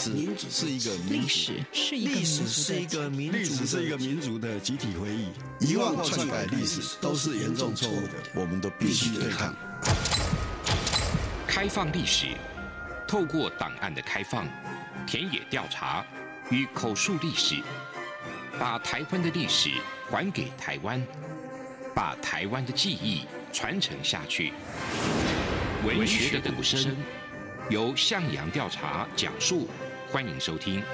史是一个民族， 历史是一个民族的集体回忆。 遗忘或篡改历史都是严重错误的，我们都必须对抗。 开放历史，透过档案的开放、田野调查与口述历史，把台湾的历史还给台湾，把台湾的记忆传承下去。文学的鼓声，由向阳调查讲述，欢迎收听。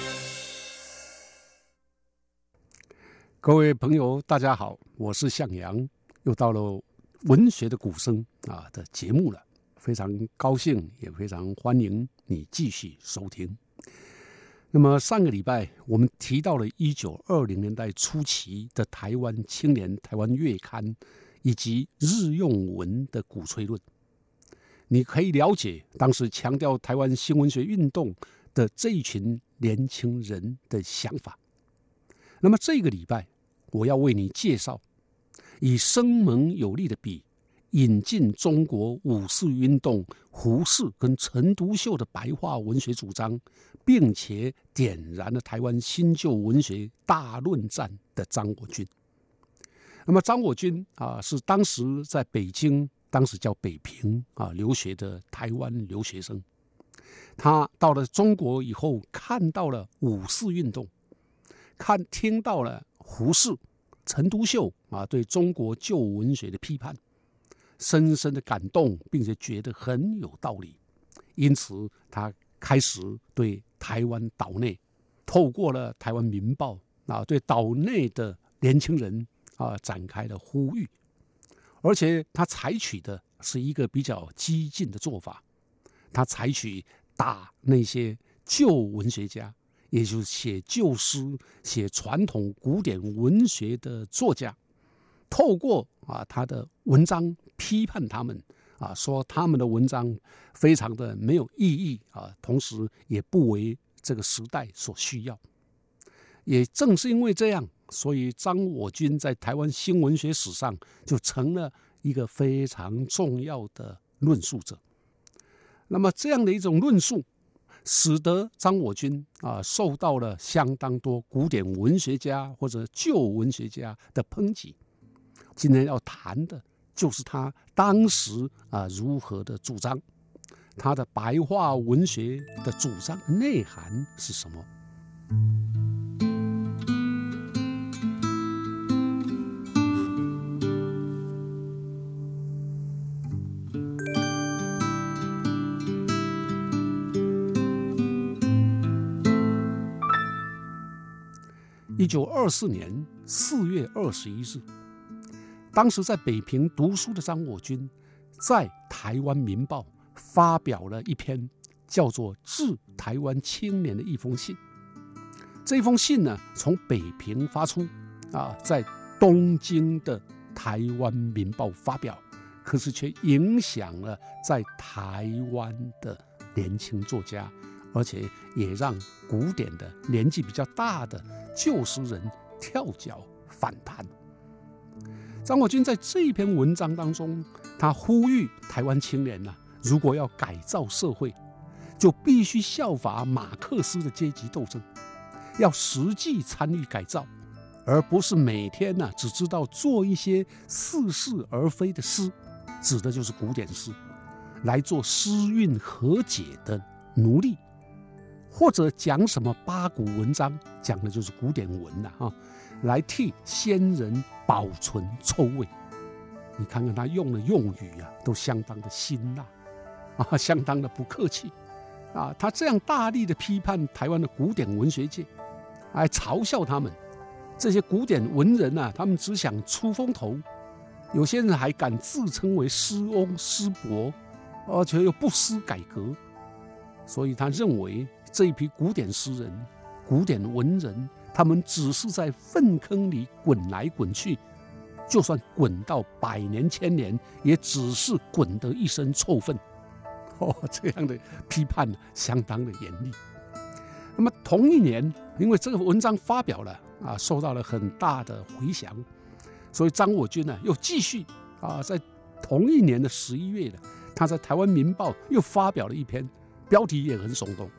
各位朋友，大家好，我是向阳，又到了文学的鼓声的节目了，非常高兴，也非常欢迎你继续收听。那么上个礼拜我们提到了1920年代初期的台湾青年台湾月刊以及日用文的鼓吹论，你可以了解当时强调台湾新文学运动的这一群年轻人的想法。那么这个礼拜我要为你介绍以生猛有力的笔引进中国五四运动胡适跟陈独秀的白话文学主张，并且点燃了台湾新旧文学大论战的张我军。那么张我军是当时在北京，当时叫北平留学的台湾留学生。他到了中国以后，看到了五四运动，听到了胡适、陈独秀对中国旧文学的批判，深深的感动，并且觉得很有道理。因此他开始对台湾岛内，透过了台湾民报对岛内的年轻人展开了呼吁。而且他采取的是一个比较激进的做法，他采取打那些旧文学家，也就是写旧诗、写传统古典文学的作家，透过他的文章批判他们说他们的文章非常的没有意义同时也不为这个时代所需要。也正是因为这样，所以张我军在台湾新文学史上就成了一个非常重要的论述者。那么这样的一种论述，使得张我军受到了相当多古典文学家或者旧文学家的抨击。今天要谈的就是他当时如何的主张，他的白话文学的主张内涵是什么。1924年4月21日，当时在北平读书的张我军在台湾民报发表了一篇叫做《致台湾青年的一封信》。这封信呢，从北平发出在东京的台湾民报发表，可是却影响了在台湾的年轻作家，而且也让古典的年纪比较大的旧诗人跳脚反弹。张我军在这一篇文章当中，他呼吁台湾青年如果要改造社会，就必须效法马克思的阶级斗争，要实际参与改造，而不是每天只知道做一些似是而非的诗，指的就是古典诗，来做诗韵和解的奴隶，或者讲什么八股文章，讲的就是古典文来替先人保存臭味。你看看他用的用语都相当的辛辣相当的不客气他这样大力的批判台湾的古典文学界，还嘲笑他们这些古典文人他们只想出风头，有些人还敢自称为诗翁诗伯，而且又不思改革。所以他认为这一批古典诗人、古典文人，他们只是在粪坑里滚来滚去，就算滚到100年、1000年，也只是滚得一身臭粪。这样的批判相当的严厉。那么同一年，因为这个文章发表了受到了很大的回响，所以张我军又继续在同一年的11月他在台湾民报又发表了一篇，标题也很耸动，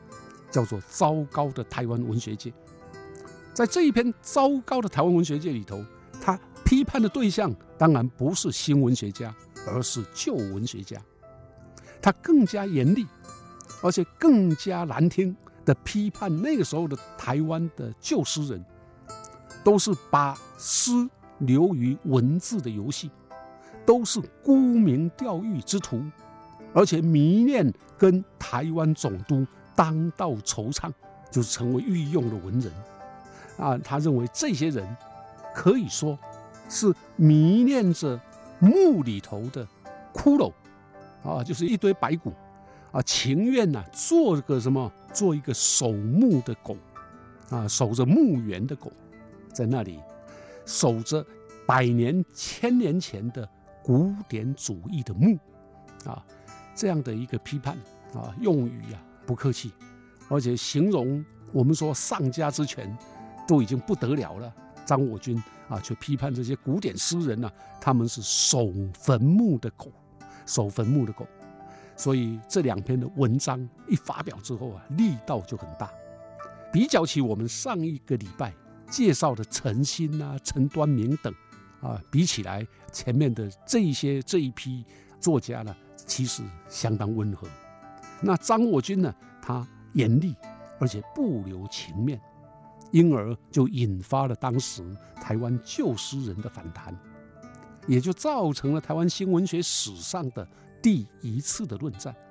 叫做《糟糕的台湾文学界》。在这一篇糟糕的台湾文学界里头，他批判的对象当然不是新文学家，而是旧文学家。他更加严厉，而且更加难听的批判那个时候的台湾的旧诗人，都是把诗流于文字的游戏，都是沽名钓誉之徒，而且迷恋跟台湾总督当道惆怅，就是成为御用的文人。他认为这些人可以说是迷恋着墓里头的骷髅就是一堆白骨情愿做个什么，做一个守墓的狗守着墓园的狗，在那里守着100年、1000年前的古典主义的墓这样的一个批判用语不客气，而且形容我们说丧家之犬都已经不得了了。张我军却批判这些古典诗人他们是守坟墓的狗，守坟墓的狗。所以这2篇的文章一发表之后力道就很大。比较起我们上一个礼拜介绍的陈新陈端明等比起来，前面的这一批作家呢，其实相当温和。那张我军呢，他严厉而且不留情面，因而就引发了当时台湾旧诗人的反弹，也就造成了台湾新文学史上的第1次的论战。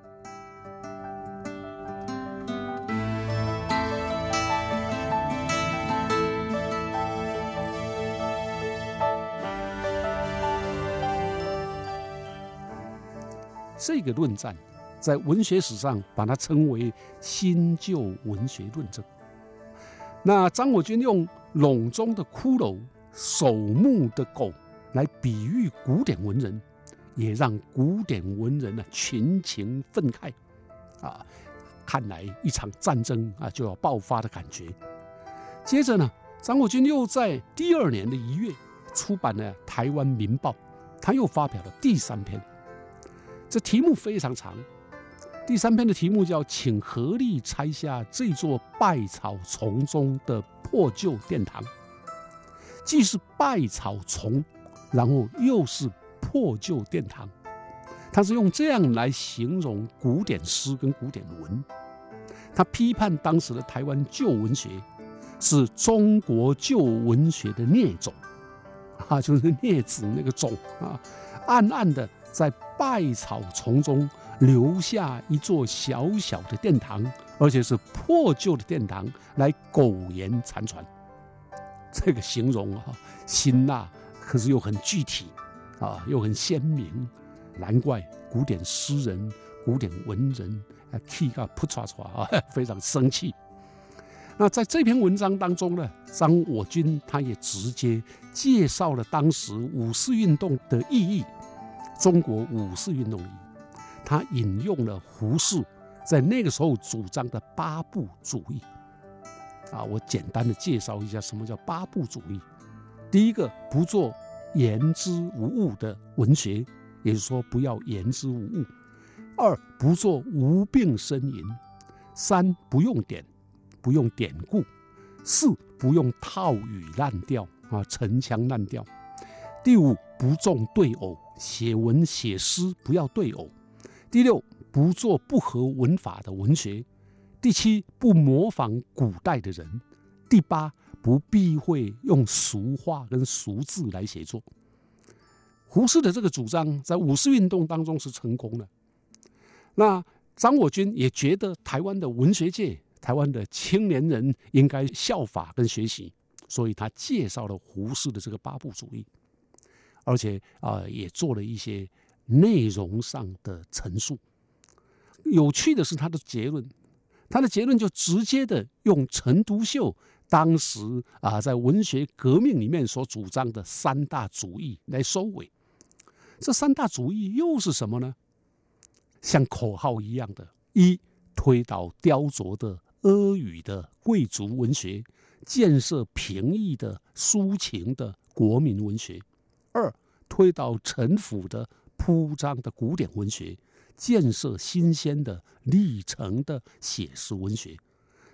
这个论战在文学史上把它称为新旧文学论争。那张我军用笼中的骷髅、守墓的狗来比喻古典文人，也让古典文人群情愤慨看来一场战争就要爆发的感觉。接着呢，张我军又在第2年的1月出版了《台湾民报》，他又发表了第3篇。这题目非常长，第3篇的题目叫请合力拆下这座败草丛中的破旧殿堂。既是败草丛，然后又是破旧殿堂，他是用这样来形容古典诗跟古典文。他批判当时的台湾旧文学是中国旧文学的孽种就是镊子那个种暗暗的在败草丛中留下一座小小的殿堂，而且是破旧的殿堂，来苟延残喘。这个形容辛辣，可是又很具体又很鲜明，难怪古典诗人、古典文人气到扑唰唰非常生气。那在这篇文章当中呢，张我军他也直接介绍了当时5·4运动的意义，中国5·4运动的意义。他引用了胡适在那个时候主张的8部主义我简单的介绍一下什么叫8部主义。第一个，不做言之无物的文学，也就是说不要言之无物。2，不做无病呻吟。3，不用典故。4，不用套语烂调陈腔滥调。第5，不重对偶，写文写诗不要对偶。第6，不做不合文法的文学。第7，不模仿古代的人。第8，不避讳用俗话跟俗字来写作。胡适的这个主张在5·4运动当中是成功的。那张我军也觉得台湾的文学界、台湾的青年人应该效法跟学习，所以他介绍了胡适的这个8部主义，而且也做了一些内容上的陈述。有趣的是他的结论就直接的用陈独秀当时在文学革命里面所主张的3大主义来收尾。这3大主义又是什么呢？像口号一样的：1，推倒雕琢的阿谀的贵族文学，建设平易的抒情的国民文学； 2，推倒陈腐的铺张的古典文学，建设新鲜的历程的写实文学。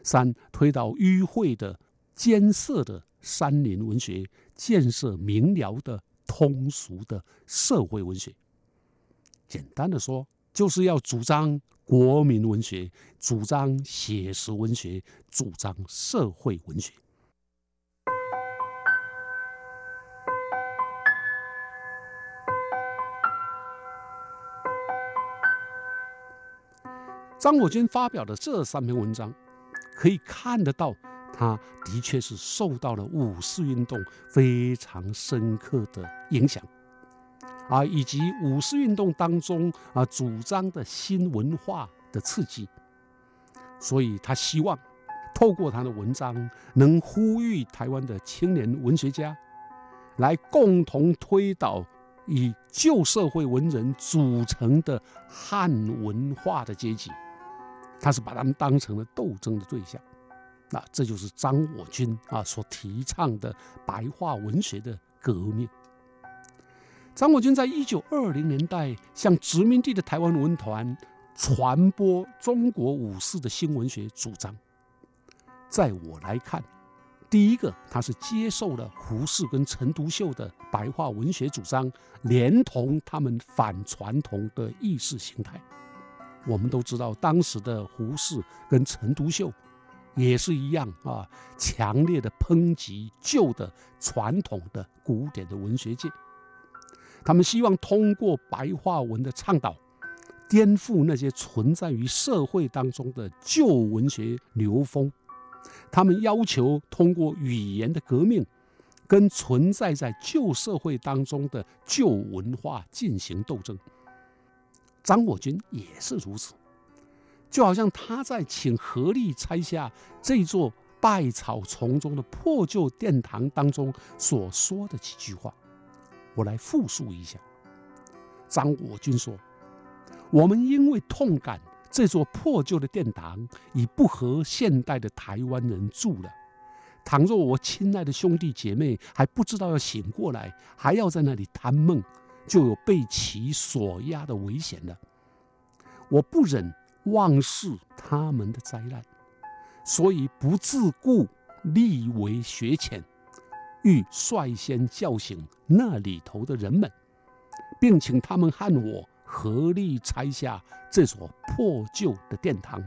3推导迂晦的艰涩的山林文学，建设明了的通俗的社会文学。简单的说，就是要主张国民文学，主张写实文学，主张社会文学。张我军发表的这3篇文章，可以看得到，他的确是受到了54运动非常深刻的影响，以及54运动当中主张的新文化的刺激。所以他希望透过他的文章，能呼吁台湾的青年文学家，来共同推导以旧社会文人组成的汉文化的阶级。他是把他们当成了斗争的对象。那这就是张我军所提倡的白话文学的革命。张我军在1920年代向殖民地的台湾文团传播中国54的新文学主张。在我来看，第一个，他是接受了胡适跟陈独秀的白话文学主张，连同他们反传统的意识形态。我们都知道，当时的胡适跟陈独秀也是一样强烈的抨击旧的传统的古典的文学界。他们希望通过白话文的倡导，颠覆那些存在于社会当中的旧文学流风。他们要求通过语言的革命，跟存在在旧社会当中的旧文化进行斗争。张我军也是如此，就好像他在请合力拆下这座败草丛中的破旧殿堂当中所说的几句话，我来复述一下。张我军说，我们因为痛感这座破旧的殿堂已不合现代的台湾人住了，倘若我亲爱的兄弟姐妹还不知道要醒过来，还要在那里贪梦，就有被其所压的危险了。我不忍忘视他们的灾难，所以不自顾力为学浅，欲率先叫醒那里头的人们，并请他们和我合力拆下这所破旧的殿堂。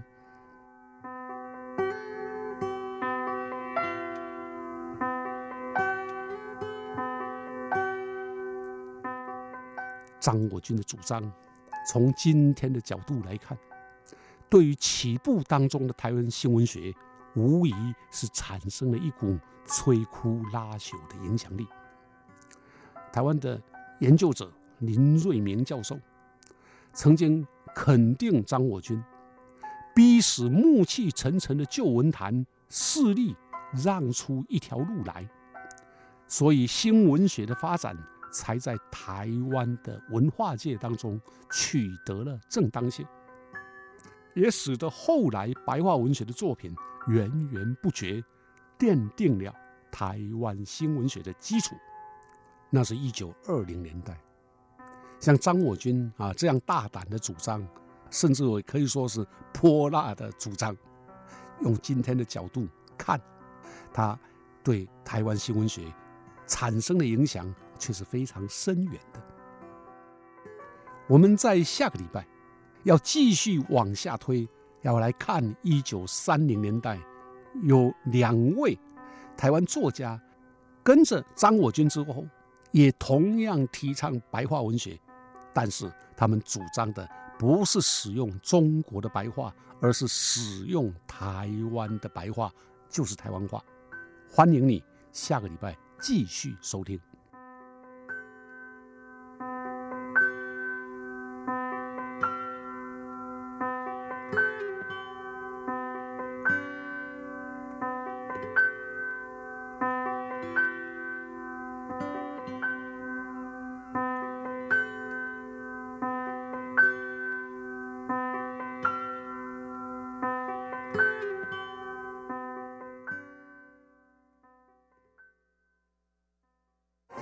张我军的主张，从今天的角度来看，对于起步当中的台湾新文学，无疑是产生了一股摧枯拉朽的影响力。台湾的研究者林瑞明教授曾经肯定张我军，逼使暮气沉沉的旧文坛势力让出一条路来，所以新文学的发展才在台湾的文化界当中取得了正当性，也使得后来白话文学的作品源源不绝，奠定了台湾新文学的基础。那是1920年代，像张我军这样大胆的主张，甚至我可以说是泼辣的主张，用今天的角度看，他对台湾新文学产生的影响却是非常深远的。我们在下个礼拜要继续往下推，要来看1930年代有2位台湾作家跟着张我军之后，也同样提倡白话文学，但是他们主张的不是使用中国的白话，而是使用台湾的白话，就是台湾话。欢迎你下个礼拜继续收听。